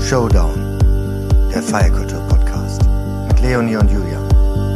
Showdown, der Feierkultur-Podcast mit Leonie und Julian.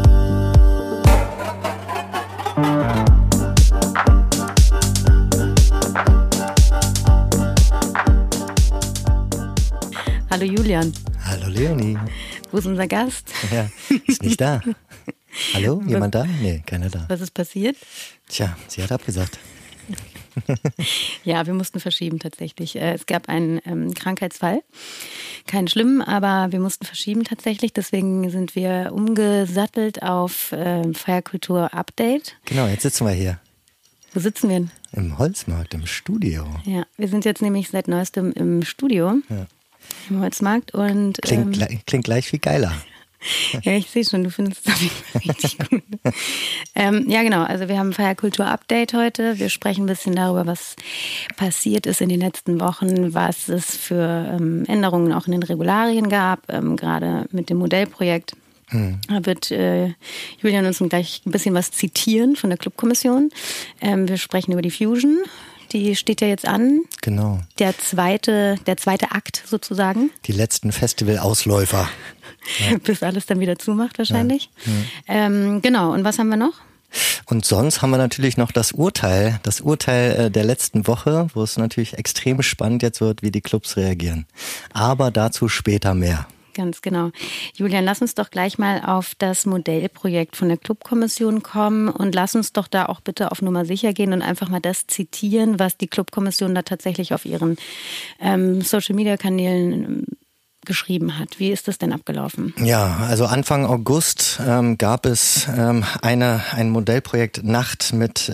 Hallo Julian. Hallo Leonie. Wo ist unser Gast? Ja, ist nicht da. Hallo, jemand da? Nee, keiner da. Was ist passiert? Tja, sie hat abgesagt. Ja, wir mussten verschieben tatsächlich. Es gab einen Krankheitsfall. Keinen schlimmen, aber wir mussten verschieben tatsächlich. Deswegen sind wir umgesattelt auf Feierkultur Update. Genau, jetzt sitzen wir hier. Wo sitzen wir denn? Im Holzmarkt, im Studio. Ja, wir sind jetzt nämlich seit neuestem im Studio. Ja. Im Holzmarkt und klingt gleich viel geiler. Ja, ich sehe schon, du findest es auf jeden Fall richtig gut. Ja, genau. Also wir haben ein Feierkultur-Update heute. Wir sprechen ein bisschen darüber, was passiert ist in den letzten Wochen, was es für Änderungen auch in den Regularien gab, gerade mit dem Modellprojekt. Da wird Julian uns gleich ein bisschen was zitieren von der Clubkommission. Wir sprechen über die Fusion. Die steht ja jetzt an. Genau. Der zweite Akt sozusagen. Die letzten Festival-Ausläufer. Ja. Bis alles dann wieder zumacht wahrscheinlich. Ja. Genau, und was haben wir noch? Und sonst haben wir natürlich noch das Urteil der letzten Woche, wo es natürlich extrem spannend jetzt wird, wie die Clubs reagieren. Aber dazu später mehr. Ganz genau. Julian, lass uns doch gleich mal auf das Modellprojekt von der Clubkommission kommen und lass uns doch da auch bitte auf Nummer sicher gehen und einfach mal das zitieren, was die Clubkommission da tatsächlich auf ihren Social-Media-Kanälen geschrieben hat. Wie ist das denn abgelaufen? Ja, also Anfang August gab es ein Modellprojekt Nacht mit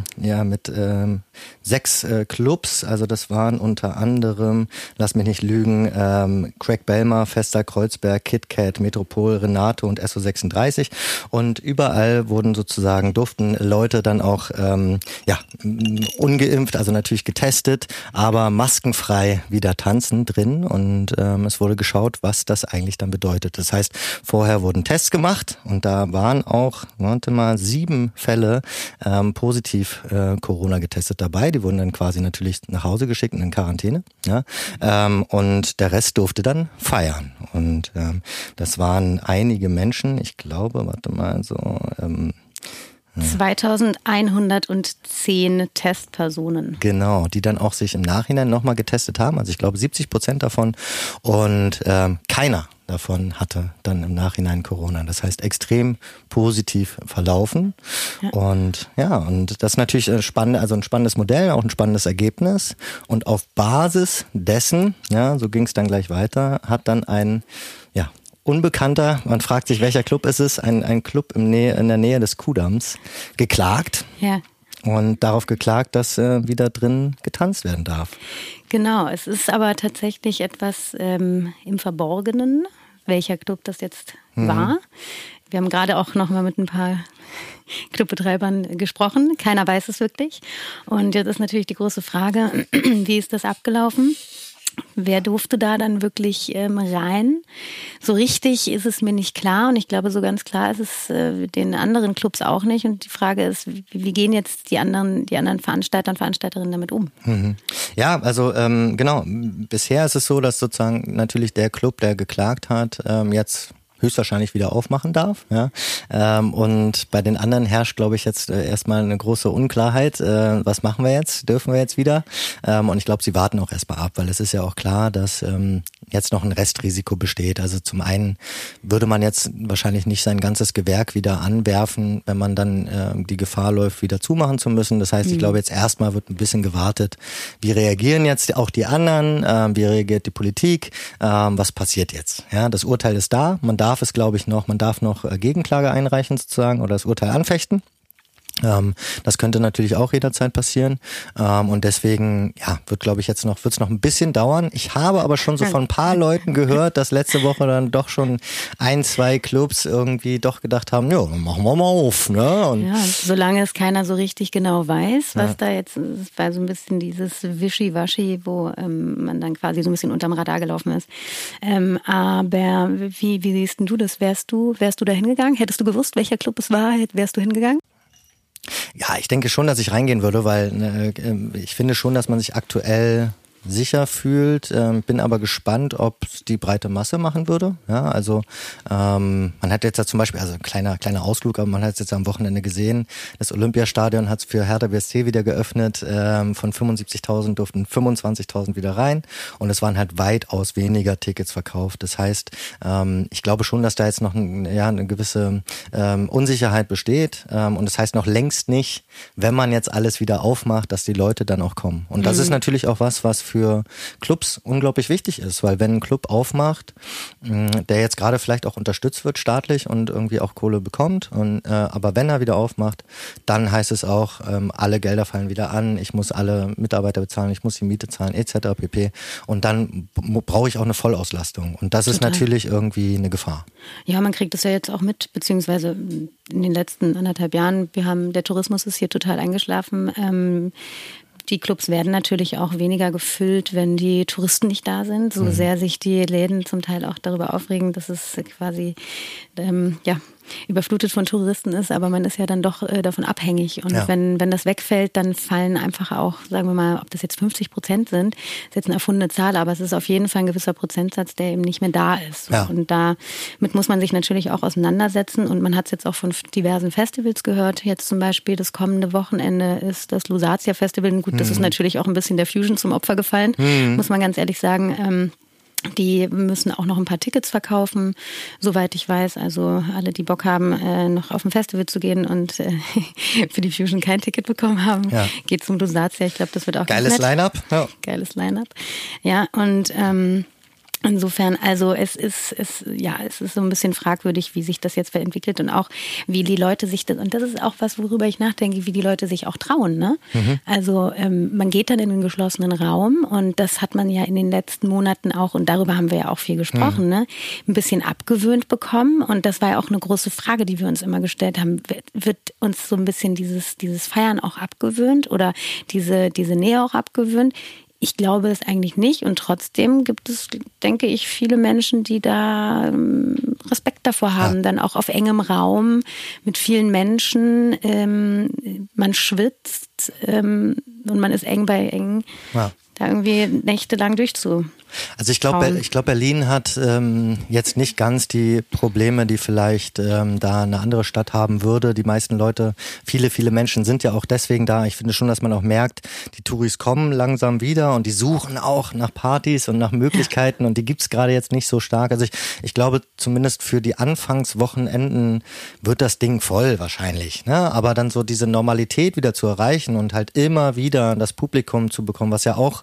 6 Clubs. Also das waren unter anderem, lass mich nicht lügen, Craig Belmar, Festa Kreuzberg, KitKat, Metropol, Renato und SO36. Und überall durften Leute dann auch ungeimpft, also natürlich getestet, aber maskenfrei wieder tanzen drin. Und es wurde geschaut, was das eigentlich dann bedeutet. Das heißt, vorher wurden Tests gemacht und da waren auch, 7 Fälle positiv Corona getestet dabei. Die wurden dann quasi natürlich nach Hause geschickt und in Quarantäne. Ja? Und der Rest durfte dann feiern. Und das waren einige Menschen, ich glaube, 2110 Testpersonen. Genau, die dann auch sich im Nachhinein nochmal getestet haben. Also ich glaube 70% davon. Und keiner davon hatte dann im Nachhinein Corona. Das heißt, extrem positiv verlaufen. Ja. Und das ist natürlich ein spannendes Modell, auch ein spannendes Ergebnis. Und auf Basis dessen, so ging es dann gleich weiter, hat dann ein Unbekannter, man fragt sich, welcher Club ist es, ein Club in der Nähe des Kuhdamms, geklagt. Ja. Und darauf geklagt, dass wieder drin getanzt werden darf. Genau, es ist aber tatsächlich etwas im Verborgenen, welcher Club das jetzt war. Wir haben gerade auch noch mal mit ein paar Clubbetreibern gesprochen. Keiner weiß es wirklich. Und jetzt ist natürlich die große Frage, wie ist das abgelaufen? Wer durfte da dann wirklich rein? So richtig ist es mir nicht klar und ich glaube, so ganz klar ist es den anderen Clubs auch nicht. Und die Frage ist, wie gehen jetzt die anderen Veranstalter und Veranstalterinnen damit um? Ja, also genau. Bisher ist es so, dass sozusagen natürlich der Club, der geklagt hat, jetzt höchstwahrscheinlich wieder aufmachen darf. Ja? Und bei den anderen herrscht, glaube ich, jetzt erstmal eine große Unklarheit. Was machen wir jetzt? Dürfen wir jetzt wieder? Und ich glaube, sie warten auch erstmal ab, weil es ist ja auch klar, dass jetzt noch ein Restrisiko besteht. Also zum einen würde man jetzt wahrscheinlich nicht sein ganzes Gewerk wieder anwerfen, wenn man dann die Gefahr läuft, wieder zumachen zu müssen. Das heißt, ich glaube, jetzt erstmal wird ein bisschen gewartet. Wie reagieren jetzt auch die anderen? Wie reagiert die Politik? Was passiert jetzt? Ja, das Urteil ist da. Man darf es, glaube ich, man darf noch Gegenklage einreichen sozusagen oder das Urteil anfechten. Das könnte natürlich auch jederzeit passieren. Und deswegen, wird's noch ein bisschen dauern. Ich habe aber schon so von ein paar Leuten gehört, dass letzte Woche dann doch schon 1-2 Clubs irgendwie doch gedacht haben, dann machen wir mal auf, ne? Und solange es keiner so richtig genau weiß, was da jetzt ist, weil so ein bisschen dieses Wischiwaschi, wo man dann quasi so ein bisschen unterm Radar gelaufen ist. Aber wie siehst denn du das? Wärst du da hingegangen? Hättest du gewusst, welcher Club es war? Wärst du hingegangen? Ja, ich denke schon, dass ich reingehen würde, weil ich finde schon, dass man sich aktuell sicher fühlt, bin aber gespannt, ob es die breite Masse machen würde. Ja, also man hat jetzt ja zum Beispiel, also kleiner Ausflug, aber man hat es jetzt am Wochenende gesehen, das Olympiastadion hat es für Hertha BSC wieder geöffnet, von 75.000 durften 25.000 wieder rein und es waren halt weitaus weniger Tickets verkauft. Das heißt, ich glaube schon, dass da jetzt noch eine gewisse Unsicherheit besteht und das heißt noch längst nicht, wenn man jetzt alles wieder aufmacht, dass die Leute dann auch kommen. Und das ist natürlich auch was für Clubs unglaublich wichtig ist, weil wenn ein Club aufmacht, der jetzt gerade vielleicht auch unterstützt wird staatlich und irgendwie auch Kohle bekommt, aber wenn er wieder aufmacht, dann heißt es auch, alle Gelder fallen wieder an, ich muss alle Mitarbeiter bezahlen, ich muss die Miete zahlen, etc. pp. Und dann brauche ich auch eine Vollauslastung. Und das ist natürlich irgendwie eine Gefahr. Ja, man kriegt das ja jetzt auch mit, beziehungsweise in den letzten 1,5 Jahren, der Tourismus ist hier total eingeschlafen. Die Clubs werden natürlich auch weniger gefüllt, wenn die Touristen nicht da sind. So sehr sich die Läden zum Teil auch darüber aufregen, dass es quasi überflutet von Touristen ist, aber man ist ja dann doch davon abhängig. Und wenn das wegfällt, dann fallen einfach auch, sagen wir mal, ob das jetzt 50% sind, ist jetzt eine erfundene Zahl, aber es ist auf jeden Fall ein gewisser Prozentsatz, der eben nicht mehr da ist. Ja. Und damit muss man sich natürlich auch auseinandersetzen und man hat es jetzt auch von diversen Festivals gehört. Jetzt zum Beispiel das kommende Wochenende ist das Lusatia Festival. Gut, das ist natürlich auch ein bisschen der Fusion zum Opfer gefallen, muss man ganz ehrlich sagen. Die müssen auch noch ein paar Tickets verkaufen, soweit ich weiß. Also alle, die Bock haben, noch auf ein Festival zu gehen und für die Fusion kein Ticket bekommen haben, geht zum Lusatia. Ich glaube, das wird auch geiles Line-Up. Ja. Geiles Line-Up. Ja, und insofern, also es ist so ein bisschen fragwürdig, wie sich das jetzt entwickelt und auch wie die Leute sich das, und das ist auch was, worüber ich nachdenke, wie die Leute sich auch trauen, ne? Also man geht dann in einen geschlossenen Raum und das hat man ja in den letzten Monaten auch, und darüber haben wir ja auch viel gesprochen, ne? Ein bisschen abgewöhnt bekommen und das war ja auch eine große Frage, die wir uns immer gestellt haben. Wird uns so ein bisschen dieses Feiern auch abgewöhnt oder diese Nähe auch abgewöhnt? Ich glaube es eigentlich nicht und trotzdem gibt es, denke ich, viele Menschen, die da Respekt davor haben, dann auch auf engem Raum mit vielen Menschen, man schwitzt und man ist eng bei eng, da irgendwie nächtelang Also ich glaube, Berlin hat jetzt nicht ganz die Probleme, die vielleicht da eine andere Stadt haben würde. Die meisten Leute, viele Menschen sind ja auch deswegen da. Ich finde schon, dass man auch merkt, die Touris kommen langsam wieder und die suchen auch nach Partys und nach Möglichkeiten und die gibt's gerade jetzt nicht so stark. Also ich glaube, zumindest für die Anfangswochenenden wird das Ding voll wahrscheinlich, ne? Aber dann so diese Normalität wieder zu erreichen und halt immer wieder das Publikum zu bekommen, was ja auch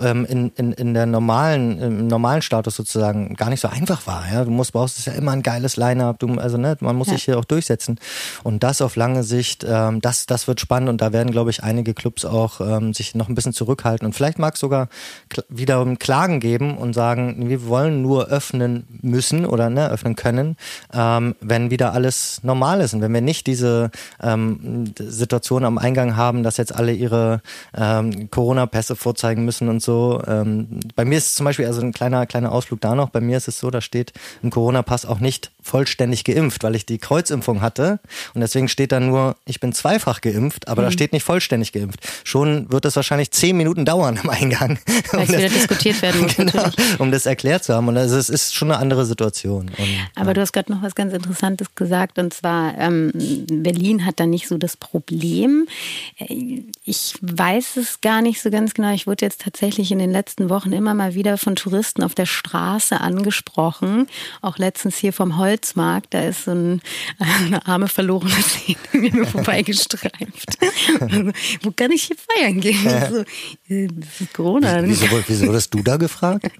in der im normalen Status sozusagen gar nicht so einfach war. Ja? Du brauchst ja immer ein geiles Line-Up, man muss sich hier auch durchsetzen. Und das auf lange Sicht, das wird spannend und da werden, glaube ich, einige Clubs auch sich noch ein bisschen zurückhalten. Und vielleicht mag es sogar wieder Klagen geben und sagen, wir wollen nur öffnen müssen oder öffnen können, wenn wieder alles normal ist. Und wenn wir nicht diese Situation am Eingang haben, dass jetzt alle ihre Corona-Pässe vorzeigen müssen und so. Bei mir ist es zum Beispiel, also ein kleiner Ausflug da noch, bei mir ist es so, da steht im Corona-Pass auch nicht vollständig geimpft, weil ich die Kreuzimpfung hatte und deswegen steht da nur, ich bin zweifach geimpft, aber da steht nicht vollständig geimpft. Schon wird es wahrscheinlich 10 Minuten dauern im Eingang. Weil es wieder diskutiert werden muss, um das erklärt zu haben und also es ist schon eine andere Situation. Und, aber du hast gerade noch was ganz Interessantes gesagt und zwar Berlin hat da nicht so das Problem. Ich weiß es gar nicht so ganz genau. Ich wurde jetzt tatsächlich in den letzten Wochen immer mal wieder von Touristen auf der Straße angesprochen. Auch letztens hier vom Holzmarkt, da ist so eine arme verlorene Seele mir vorbeigestreift. Also, wo kann ich hier feiern gehen? Also, das ist Corona. Wieso wurdest du da gefragt?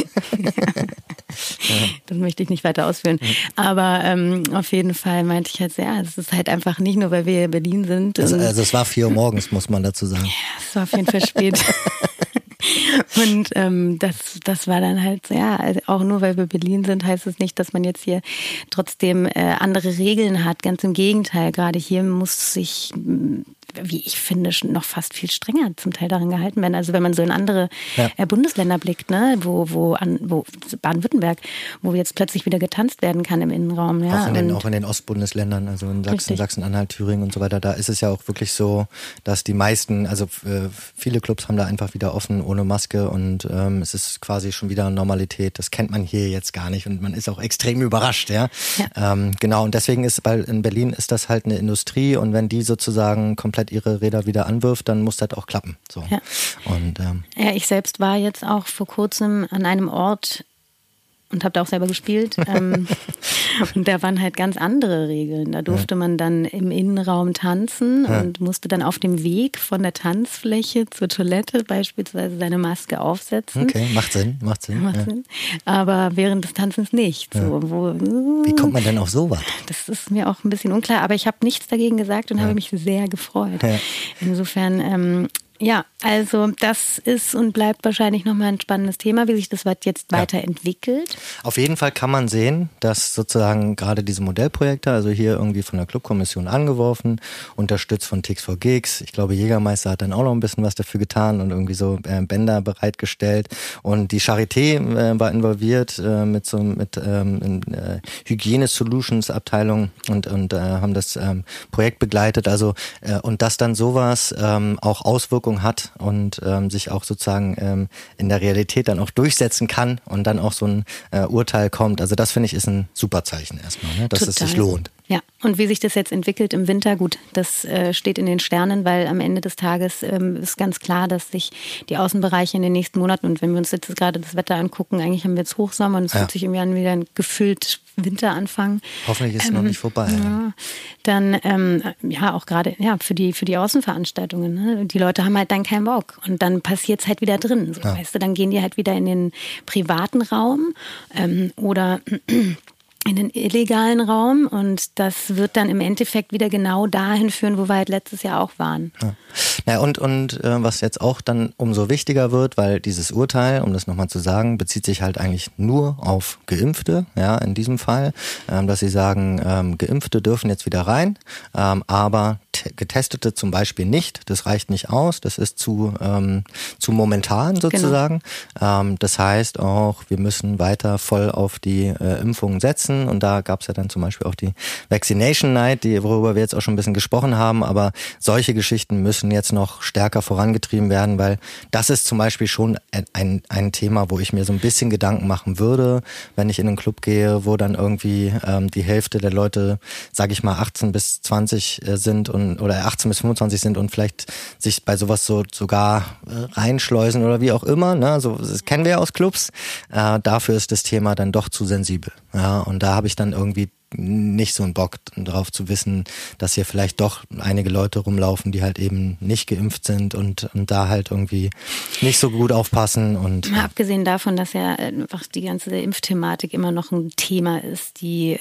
Das möchte ich nicht weiter ausführen. Aber auf jeden Fall meinte ich halt, es ist halt einfach nicht nur, weil wir in Berlin sind. Also es war 4 Uhr morgens, muss man dazu sagen. Ja, es war auf jeden Fall spät. Und das war dann halt, auch nur weil wir Berlin sind, heißt es nicht, dass man jetzt hier trotzdem andere Regeln hat. Ganz im Gegenteil, gerade hier muss sich wie ich finde, noch fast viel strenger zum Teil daran gehalten werden. Also wenn man so in andere Bundesländer blickt, ne, wo Baden-Württemberg, wo jetzt plötzlich wieder getanzt werden kann im Innenraum. Ja, auch in den Ostbundesländern, also in Sachsen, Sachsen-Anhalt, Thüringen und so weiter, da ist es ja auch wirklich so, dass die meisten, also viele Clubs haben da einfach wieder offen, ohne Maske und es ist quasi schon wieder Normalität. Das kennt man hier jetzt gar nicht und man ist auch extrem überrascht, ja. Genau, und deswegen weil in Berlin ist das halt eine Industrie und wenn die sozusagen komplett ihre Räder wieder anwirft, dann muss das auch klappen. So. Ja. Und, ich selbst war jetzt auch vor kurzem an einem Ort und habe da auch selber gespielt. Und da waren halt ganz andere Regeln. Da durfte man dann im Innenraum tanzen und musste dann auf dem Weg von der Tanzfläche zur Toilette beispielsweise seine Maske aufsetzen. Okay, macht Sinn. Sinn. Aber während des Tanzens nicht. So, wie kommt man denn auf sowas? Das ist mir auch ein bisschen unklar, aber ich habe nichts dagegen gesagt und habe mich sehr gefreut. Ja. Insofern, also das ist und bleibt wahrscheinlich nochmal ein spannendes Thema, wie sich das jetzt weiterentwickelt. Auf jeden Fall kann man sehen, dass sozusagen gerade diese Modellprojekte, also hier irgendwie von der Clubkommission angeworfen, unterstützt von Tix for Gigs. Ich glaube, Jägermeister hat dann auch noch ein bisschen was dafür getan und irgendwie so Bänder bereitgestellt. Und die Charité war involviert mit Hygiene-Solutions-Abteilung und haben das Projekt begleitet. Also und dass dann sowas auch Auswirkungen hat und sich auch sozusagen in der Realität dann auch durchsetzen kann und dann auch so ein Urteil kommt. Also das finde ich ist ein super Zeichen erstmal, ne? Dass es sich lohnt. Ja, und wie sich das jetzt entwickelt im Winter, gut, das steht in den Sternen, weil am Ende des Tages ist ganz klar, dass sich die Außenbereiche in den nächsten Monaten, und wenn wir uns jetzt gerade das Wetter angucken, eigentlich haben wir jetzt Hochsommer und es fühlt sich irgendwie an wie ein gefühlt Winteranfang. Hoffentlich ist es noch nicht vorbei. Dann, auch gerade für die Außenveranstaltungen. Ne? Die Leute haben halt dann keinen Bock und dann passiert es halt wieder drin. So, weißt du, dann gehen die halt wieder in den privaten Raum oder in den illegalen Raum und das wird dann im Endeffekt wieder genau dahin führen, wo wir halt letztes Jahr auch waren. Ja, und was jetzt auch dann umso wichtiger wird, weil dieses Urteil, um das nochmal zu sagen, bezieht sich halt eigentlich nur auf Geimpfte, ja, in diesem Fall, dass sie sagen, Geimpfte dürfen jetzt wieder rein, aber Getestete zum Beispiel nicht, das reicht nicht aus, das ist zu momentan sozusagen. Genau. Das heißt auch, wir müssen weiter voll auf die Impfungen setzen und da gab es ja dann zum Beispiel auch die Vaccination Night, worüber wir jetzt auch schon ein bisschen gesprochen haben, aber solche Geschichten müssen jetzt noch stärker vorangetrieben werden, weil das ist zum Beispiel schon ein Thema, wo ich mir so ein bisschen Gedanken machen würde, wenn ich in einen Club gehe, wo dann irgendwie die Hälfte der Leute, sage ich mal, 18 bis 20 sind oder 18 bis 25 sind und vielleicht sich bei sowas so sogar reinschleusen oder wie auch immer. Ne? So, das kennen wir ja aus Clubs. Dafür ist das Thema dann doch zu sensibel. Ja? Und da habe ich dann irgendwie nicht so einen Bock drauf zu wissen, dass hier vielleicht doch einige Leute rumlaufen, die halt eben nicht geimpft sind und da halt irgendwie nicht so gut aufpassen. Und mal abgesehen davon, dass ja einfach die ganze Impfthematik immer noch ein Thema ist, die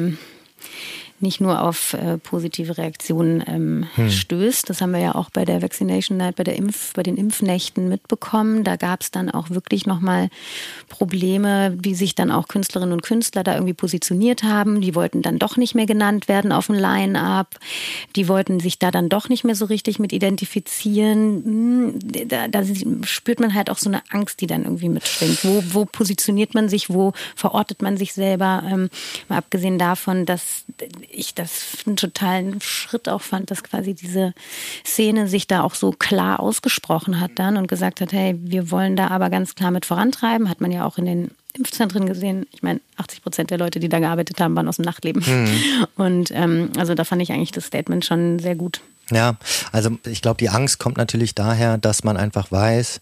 nicht nur auf positive Reaktionen stößt. Das haben wir ja auch bei der Vaccination Night, bei den Impfnächten mitbekommen. Da gab es dann auch wirklich nochmal Probleme, wie sich dann auch Künstlerinnen und Künstler da irgendwie positioniert haben. Die wollten dann doch nicht mehr genannt werden auf dem Line-Up. Die wollten sich da dann doch nicht mehr so richtig mit identifizieren. Da spürt man halt auch so eine Angst, die dann irgendwie mitschwingt. Wo positioniert man sich? Wo verortet man sich selber? Mal abgesehen davon, dass ich das einen totalen Schritt auch fand, dass quasi diese Szene sich da auch so klar ausgesprochen hat dann und gesagt hat, hey, wir wollen da aber ganz klar mit vorantreiben. Hat man ja auch in den Impfzentren gesehen. Ich meine, 80% der Leute, die da gearbeitet haben, waren aus dem Nachtleben. Und also da fand ich eigentlich das Statement schon sehr gut. Ja, also ich glaube, die Angst kommt natürlich daher, dass man einfach weiß,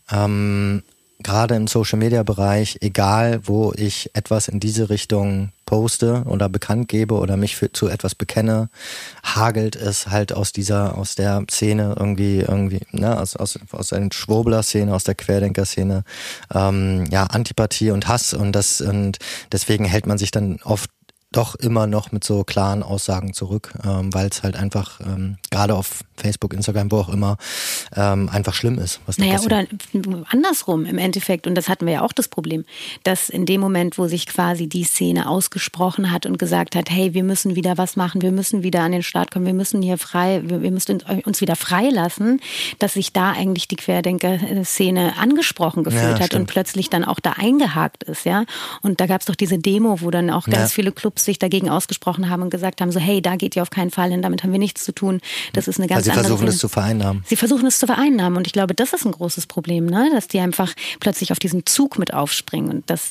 gerade im Social-Media-Bereich, egal wo ich etwas in diese Richtung poste oder bekannt gebe oder mich zu etwas bekenne, hagelt es halt aus der Szene irgendwie, ne, aus der Schwurbler-Szene, aus der Querdenker-Szene, Antipathie und Hass und deswegen hält man sich dann oft doch immer noch mit so klaren Aussagen zurück, weil es halt einfach gerade auf Facebook, Instagram, wo auch immer, einfach schlimm ist, was da passiert. Oder andersrum im Endeffekt, und das hatten wir ja auch das Problem, dass in dem Moment, wo sich quasi die Szene ausgesprochen hat und gesagt hat, hey, wir müssen wieder was machen, wir müssen wieder an den Start kommen, wir müssen hier wir müssen uns wieder freilassen, dass sich da eigentlich die Querdenker-Szene angesprochen gefühlt hat und plötzlich dann auch da eingehakt ist, ja. Und da gab es doch diese Demo, wo dann auch ganz viele Clubs sich dagegen ausgesprochen haben und gesagt haben, so hey, da geht ihr auf keinen Fall hin, damit haben wir nichts zu tun. Das ist eine ganz andere Sie versuchen es zu vereinnahmen. Sie versuchen es zu vereinnahmen und ich glaube, das ist ein großes Problem, ne? Dass die einfach plötzlich auf diesen Zug mit aufspringen und das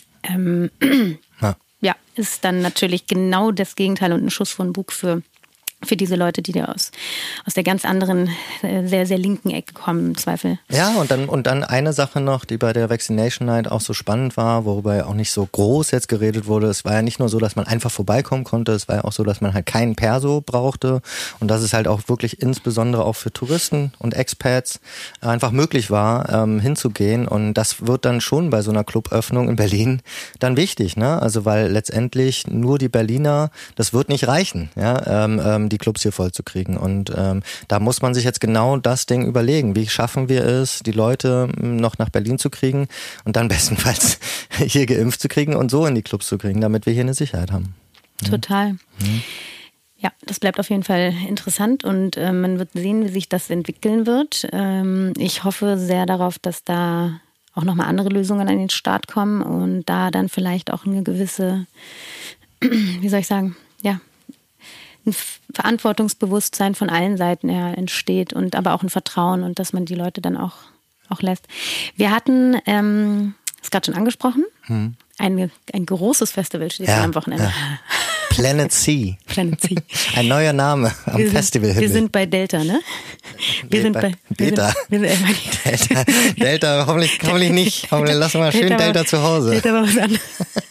ist dann natürlich genau das Gegenteil und ein Schuss von Bug für diese Leute, die da aus der ganz anderen, sehr, sehr linken Ecke kommen, im Zweifel. Ja, und dann eine Sache noch, die bei der Vaccination Night auch so spannend war, worüber auch nicht so groß jetzt geredet wurde. Es war ja nicht nur so, dass man einfach vorbeikommen konnte, es war ja auch so, dass man halt keinen Perso brauchte und dass es halt auch wirklich insbesondere auch für Touristen und Expats einfach möglich war, hinzugehen, und das wird dann schon bei so einer Cluböffnung in Berlin dann wichtig, ne? Also weil letztendlich nur die Berliner, das wird nicht reichen, ja, die Clubs hier voll zu kriegen. Und da muss man sich jetzt genau das Ding überlegen. Wie schaffen wir es, die Leute noch nach Berlin zu kriegen und dann bestenfalls hier geimpft zu kriegen und so in die Clubs zu kriegen, damit wir hier eine Sicherheit haben. Total. Ja, das bleibt auf jeden Fall interessant und man wird sehen, wie sich das entwickeln wird. Ich hoffe sehr darauf, dass da auch nochmal andere Lösungen an den Start kommen und da dann vielleicht auch eine gewisse, wie soll ich sagen, ja, ein Verantwortungsbewusstsein von allen Seiten her entsteht und aber auch ein Vertrauen und dass man die Leute dann auch lässt. Wir hatten, ist gerade schon angesprochen, ein großes Festival steht am Wochenende. Ja. Planet C. Planet C. Ein neuer Name am Festivalhimmel. Wir sind bei Delta, ne? Wir sind bei Beta. Delta, hoffentlich nicht. Hoffentlich lassen wir schön Delta zu Hause. Delta war was anderes.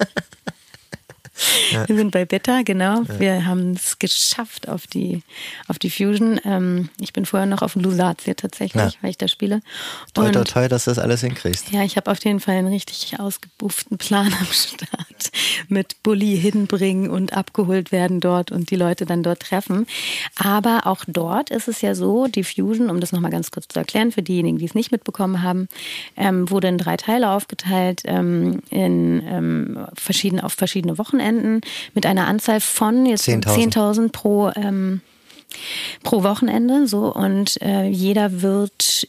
Ja. Wir sind bei Beta, genau. Ja. Wir haben es geschafft auf die Fusion. Ich bin vorher noch auf Lusatia tatsächlich, weil ich da spiele. Toi, dass du das alles hinkriegst. Ja, ich habe auf jeden Fall einen richtig ausgebufften Plan am Start mit Bulli hinbringen und abgeholt werden dort und die Leute dann dort treffen. Aber auch dort ist es ja so, die Fusion, um das nochmal ganz kurz zu erklären, für diejenigen, die es nicht mitbekommen haben, wurde in 3 Teile aufgeteilt, auf verschiedene Wochenenden mit einer Anzahl von 10.000 pro Wochenende. So, und jeder wird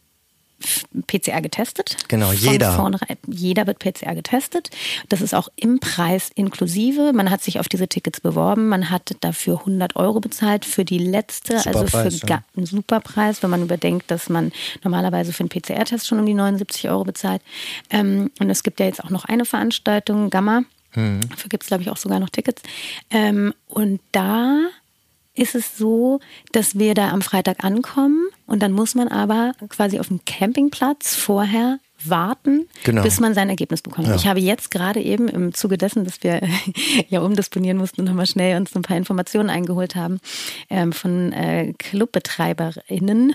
PCR getestet. Genau, jeder. Jeder wird PCR getestet. Das ist auch im Preis inklusive. Man hat sich auf diese Tickets beworben. Man hat dafür 100 € bezahlt für die letzte, Superpreis, also für einen Superpreis, wenn man überdenkt, dass man normalerweise für einen PCR-Test schon um die 79 € bezahlt. Und es gibt ja jetzt auch noch eine Veranstaltung, Gamma. Dafür gibt es, glaube ich, auch sogar noch Tickets. Und da ist es so, dass wir da am Freitag ankommen und dann muss man aber quasi auf dem Campingplatz vorher warten, bis man sein Ergebnis bekommt. Ja. Ich habe jetzt gerade eben im Zuge dessen, dass wir ja umdisponieren mussten und nochmal schnell uns ein paar Informationen eingeholt haben, von ClubbetreiberInnen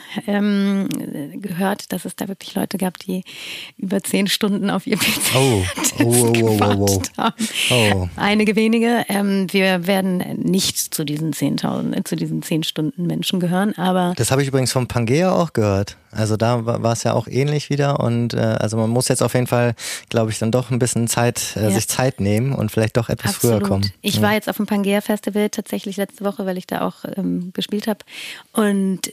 gehört, dass es da wirklich Leute gab, die über 10 Stunden auf ihr PC gewartet haben. Einige wenige. Wir werden nicht zu diesen 10 Stunden Menschen gehören, aber... Das habe ich übrigens vom Pangea auch gehört. Also da war es ja auch ähnlich wieder und also man muss jetzt auf jeden Fall, glaube ich, dann doch ein bisschen sich Zeit nehmen und vielleicht doch etwas früher kommen. Ich war jetzt auf dem Pangea Festival tatsächlich letzte Woche, weil ich da auch gespielt habe und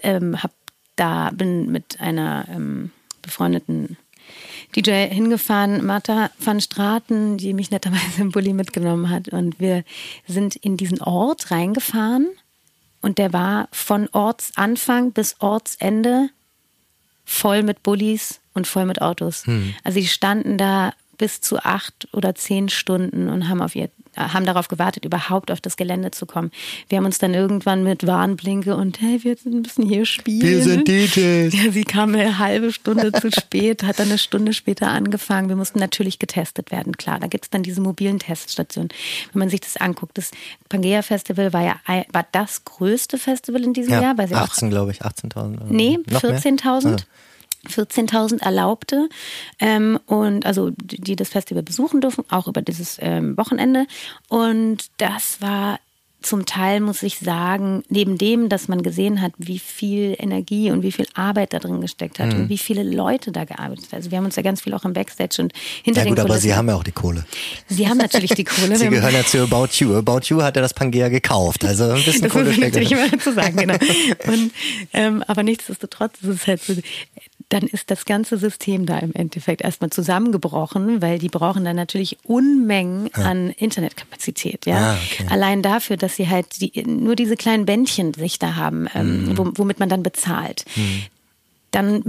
bin mit einer befreundeten DJ hingefahren, Martha van Straten, die mich netterweise im Bulli mitgenommen hat und wir sind in diesen Ort reingefahren und der war von Ortsanfang bis Ortsende voll mit Bullis und voll mit Autos. Also die standen da bis zu 8 oder 10 Stunden und haben darauf gewartet, überhaupt auf das Gelände zu kommen. Wir haben uns dann irgendwann mit Warnblinke und hey, wir müssen hier spielen. Wir sind DJs. Ja, sie kam eine halbe Stunde zu spät, hat dann eine Stunde später angefangen. Wir mussten natürlich getestet werden, klar. Da gibt es dann diese mobilen Teststationen. Wenn man sich das anguckt, das Pangea Festival war das größte Festival in diesem Jahr. Weil 18, glaube ich, 18.000. Nee, 14.000. 14.000 Erlaubte und also die das Festival besuchen dürfen, auch über dieses Wochenende. Und das war zum Teil, muss ich sagen, neben dem, dass man gesehen hat, wie viel Energie und wie viel Arbeit da drin gesteckt hat und wie viele Leute da gearbeitet haben. Also wir haben uns ja ganz viel auch im Backstage und hinter den Kulissen. Aber Sie haben ja auch die Kohle. Sie haben natürlich die Kohle. Sie gehören ja zu About You. About You hat ja das Pangea gekauft. Also ein bisschen das Kohle muss ich steckt. natürlich immer dazu sagen, genau. Und, aber nichtsdestotrotz ist es halt so, dann ist das ganze System da im Endeffekt erstmal zusammengebrochen, weil die brauchen dann natürlich Unmengen an Internetkapazität. Ja? Okay. Allein dafür, dass sie halt nur diese kleinen Bändchen sich da haben, womit man dann bezahlt. Dann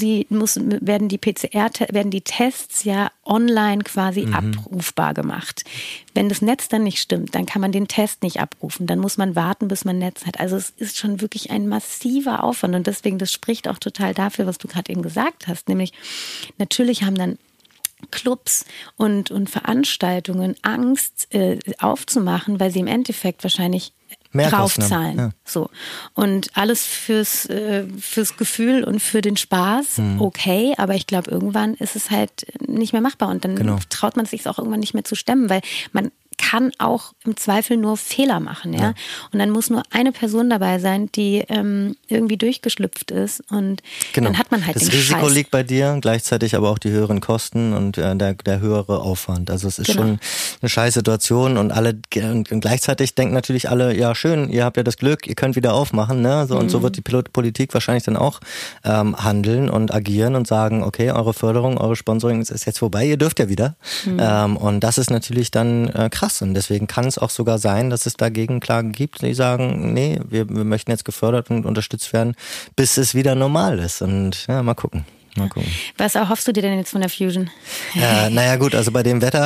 werden die Tests ja online quasi abrufbar gemacht. Wenn das Netz dann nicht stimmt, dann kann man den Test nicht abrufen. Dann muss man warten, bis man Netz hat. Also es ist schon wirklich ein massiver Aufwand und deswegen, das spricht auch total dafür, was du gerade eben gesagt hast. Nämlich, natürlich haben dann Clubs und Veranstaltungen Angst aufzumachen, weil sie im Endeffekt wahrscheinlich mehr draufzahlen. Ja. So. Und alles fürs Gefühl und für den Spaß, okay, aber ich glaube, irgendwann ist es halt nicht mehr machbar und dann traut man sich auch irgendwann nicht mehr zu stemmen, weil man kann auch im Zweifel nur Fehler machen, ja. Und dann muss nur eine Person dabei sein, die irgendwie durchgeschlüpft ist und dann hat man halt den Scheiß. Das Risiko liegt bei dir, gleichzeitig aber auch die höheren Kosten und der höhere Aufwand. Also es ist schon eine scheiß Situation und und gleichzeitig denken natürlich alle, ja schön, ihr habt ja das Glück, ihr könnt wieder aufmachen, ne? So, und so wird die Politik wahrscheinlich dann auch handeln und agieren und sagen, okay, eure Förderung, eure Sponsoring ist jetzt vorbei, ihr dürft ja wieder. Und das ist natürlich dann krass. Und deswegen kann es auch sogar sein, dass es da Gegenklagen gibt, die sagen, nee, wir möchten jetzt gefördert und unterstützt werden, bis es wieder normal ist. Und ja, mal gucken. Was erhoffst du dir denn jetzt von der Fusion? Naja gut, also bei dem Wetter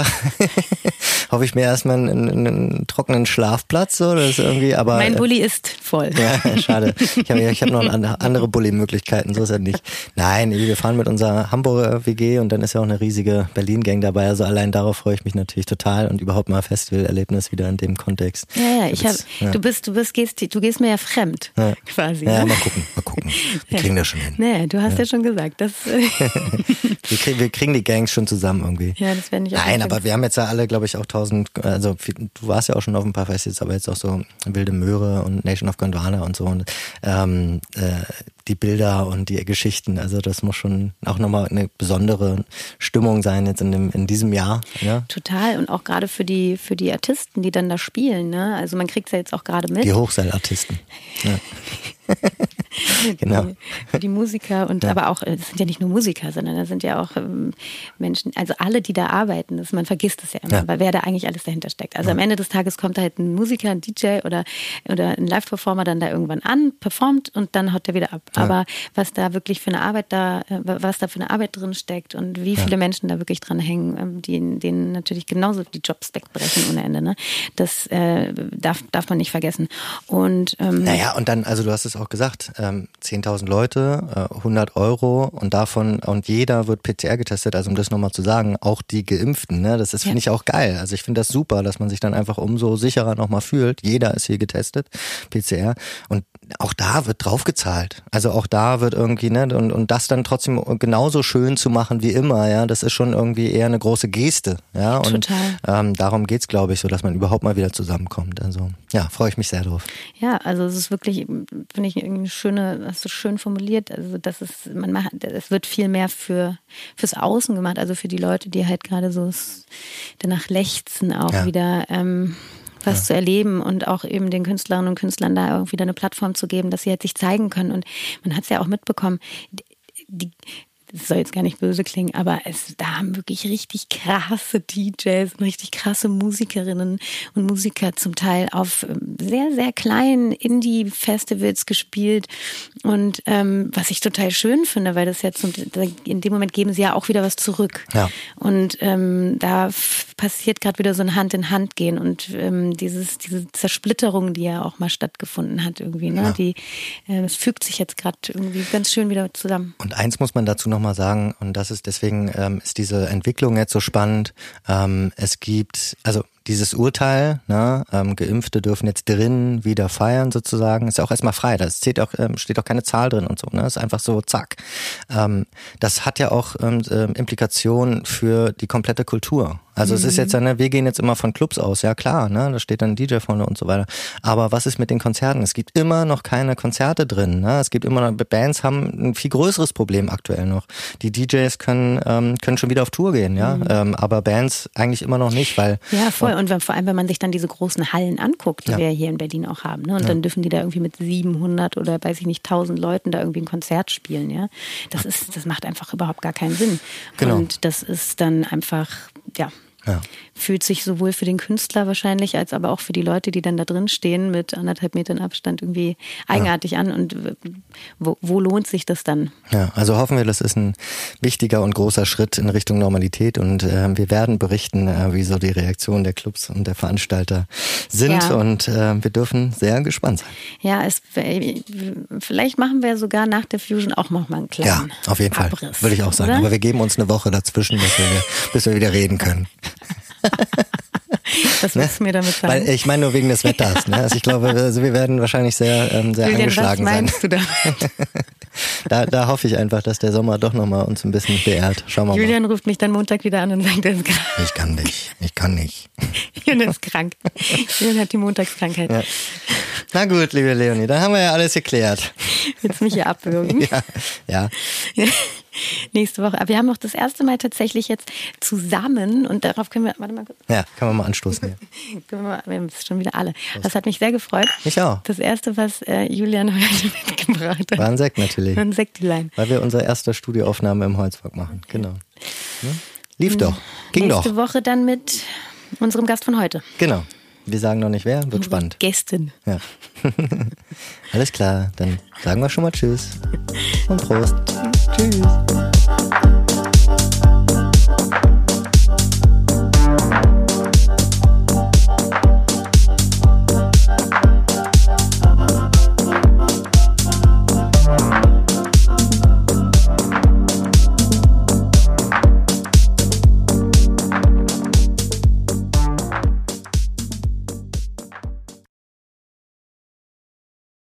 hoffe ich mir erstmal einen trockenen Schlafplatz. So, das ist irgendwie, aber, mein Bulli ist voll. Ja, schade. Ich hab noch andere Bulli-Möglichkeiten, so ist er nicht. Nein, wir fahren mit unserer Hamburger WG und dann ist ja auch eine riesige Berlin-Gang dabei. Also allein darauf freue ich mich natürlich total und überhaupt mal Festivalerlebnis wieder in dem Kontext. Du gehst mir ja fremd, quasi. Ja, ne? mal gucken. Wir kriegen das schon hin. Nee, du hast ja schon gesagt, dass wir kriegen die Gangs schon zusammen irgendwie. Ja, das wäre nicht auch Nein, aber wir haben jetzt ja alle, glaube ich, auch 1000, also du warst ja auch schon auf ein paar Festivals, aber jetzt auch so Wilde Möhre und Nation of Gondwana und so und die Bilder und die Geschichten, also das muss schon auch nochmal eine besondere Stimmung sein jetzt in diesem Jahr. Ja? Total und auch gerade für die Artisten, die dann da spielen, ne? Also man kriegt es ja jetzt auch gerade mit. Die Hochseilartisten. Ja. Genau. Für die Musiker und aber auch, es sind ja nicht nur Musiker, sondern da sind ja auch Menschen, also alle, die da arbeiten, man vergisst es ja immer, weil wer da eigentlich alles dahinter steckt. Also am Ende des Tages kommt halt ein Musiker, ein DJ oder ein Live-Performer dann da irgendwann an, performt und dann haut er wieder ab. Ja. Aber was da wirklich für eine Arbeit drin steckt und wie viele Menschen da wirklich dran hängen, denen natürlich genauso die Jobs wegbrechen ohne Ende, ne? Das darf man nicht vergessen. Und naja, und dann, also du hast es auch gesagt, 10.000 Leute, 100 Euro und jeder wird PCR getestet, also um das nochmal zu sagen, auch die Geimpften, ne? Das ist, finde ich auch geil. Also ich finde das super, dass man sich dann einfach umso sicherer nochmal fühlt. Jeder ist hier getestet, PCR. Und auch da wird drauf gezahlt. Also auch da wird irgendwie, ne, und das dann trotzdem genauso schön zu machen wie immer, ja, das ist schon irgendwie eher eine große Geste, ja. Und darum geht's, glaube ich, so, dass man überhaupt mal wieder zusammenkommt. Also ja, freue ich mich sehr drauf. Ja, also es ist wirklich, finde ich, eine schöne, hast du schön formuliert. Also das ist, es wird viel mehr fürs Außen gemacht, also für die Leute, die halt gerade so danach lechzen, auch wieder was zu erleben und auch eben den Künstlerinnen und Künstlern da irgendwie eine Plattform zu geben, dass sie halt sich zeigen können. Und man hat es ja auch mitbekommen, das soll jetzt gar nicht böse klingen, aber da haben wirklich richtig krasse DJs und richtig krasse Musikerinnen und Musiker zum Teil auf sehr, sehr kleinen Indie-Festivals gespielt. Und was ich total schön finde, weil das jetzt in dem Moment geben sie ja auch wieder was zurück. Ja. Und da passiert gerade wieder so ein Hand-in-Hand-Gehen und diese Zersplitterung, die ja auch mal stattgefunden hat irgendwie, ne? Es fügt sich jetzt gerade irgendwie ganz schön wieder zusammen. Und eins muss man dazu noch mal sagen, und das ist deswegen ist diese Entwicklung jetzt so spannend. Es gibt, also dieses Urteil, ne, Geimpfte dürfen jetzt drinnen wieder feiern sozusagen, ist ja auch erstmal frei. Da steht auch keine Zahl drin und so. Ne, ist einfach so, zack. Das hat ja auch Implikationen für die komplette Kultur. Also es ist jetzt, ne, wir gehen jetzt immer von Clubs aus, ja klar, ne, da steht dann ein DJ vorne und so weiter. Aber was ist mit den Konzerten? Es gibt immer noch keine Konzerte drin, ne? Es gibt immer noch, Bands haben ein viel größeres Problem aktuell noch. Die DJs können schon wieder auf Tour gehen, ja, aber Bands eigentlich immer noch nicht, weil... Ja, voll. Und vor allem, wenn man sich dann diese großen Hallen anguckt, die wir hier in Berlin auch haben, ne? Und dann dürfen die da irgendwie mit 700 oder weiß ich nicht, 1000 Leuten da irgendwie ein Konzert spielen, ja. Das macht einfach überhaupt gar keinen Sinn. Genau. Und das ist dann einfach, fühlt sich sowohl für den Künstler wahrscheinlich, als aber auch für die Leute, die dann da drin stehen mit 1,5 Metern Abstand irgendwie eigenartig an. Und wo lohnt sich das dann? Ja, also hoffen wir, das ist ein wichtiger und großer Schritt in Richtung Normalität und wir werden berichten, wie so die Reaktionen der Clubs und der Veranstalter sind und wir dürfen sehr gespannt sein. Ja, vielleicht machen wir sogar nach der Fusion auch noch mal einen kleinen auf jeden Abriss, Fall, würde ich auch sagen. Oder? Aber wir geben uns eine Woche dazwischen, bis wir wieder reden können. Was willst du mir damit sagen? Weil ich meine nur wegen des Wetters. Ne? Also ich glaube, wir werden wahrscheinlich sehr angeschlagen sein. Was meinst du damit? Da hoffe ich einfach, dass der Sommer doch nochmal uns ein bisschen beehrt. Schauen wir mal. Julian ruft mich dann Montag wieder an und sagt, er ist krank. Ich kann nicht. Julian ist krank. Julian hat die Montagskrankheit. Ja. Na gut, liebe Leonie, dann haben wir ja alles geklärt. Willst du mich hier abwürgen? Ja. Nächste Woche. Aber wir haben auch das erste Mal tatsächlich jetzt zusammen und darauf können wir, warte mal kurz. Ja, können wir mal anstoßen. Wir haben es schon wieder alle. Das hat mich sehr gefreut. Mich auch. Das erste, was Julian heute mitgebracht hat. War ein Sekt natürlich. Ein Sektlein. Weil wir unsere erste Studioaufnahme im Holzwerk machen. Genau. Ja? Lief doch. Ging doch. Nächste Woche dann mit unserem Gast von heute. Genau. Wir sagen noch nicht wer, wird spannend. Gästin. Ja. Alles klar, dann sagen wir schon mal Tschüss und Prost. Tschüss.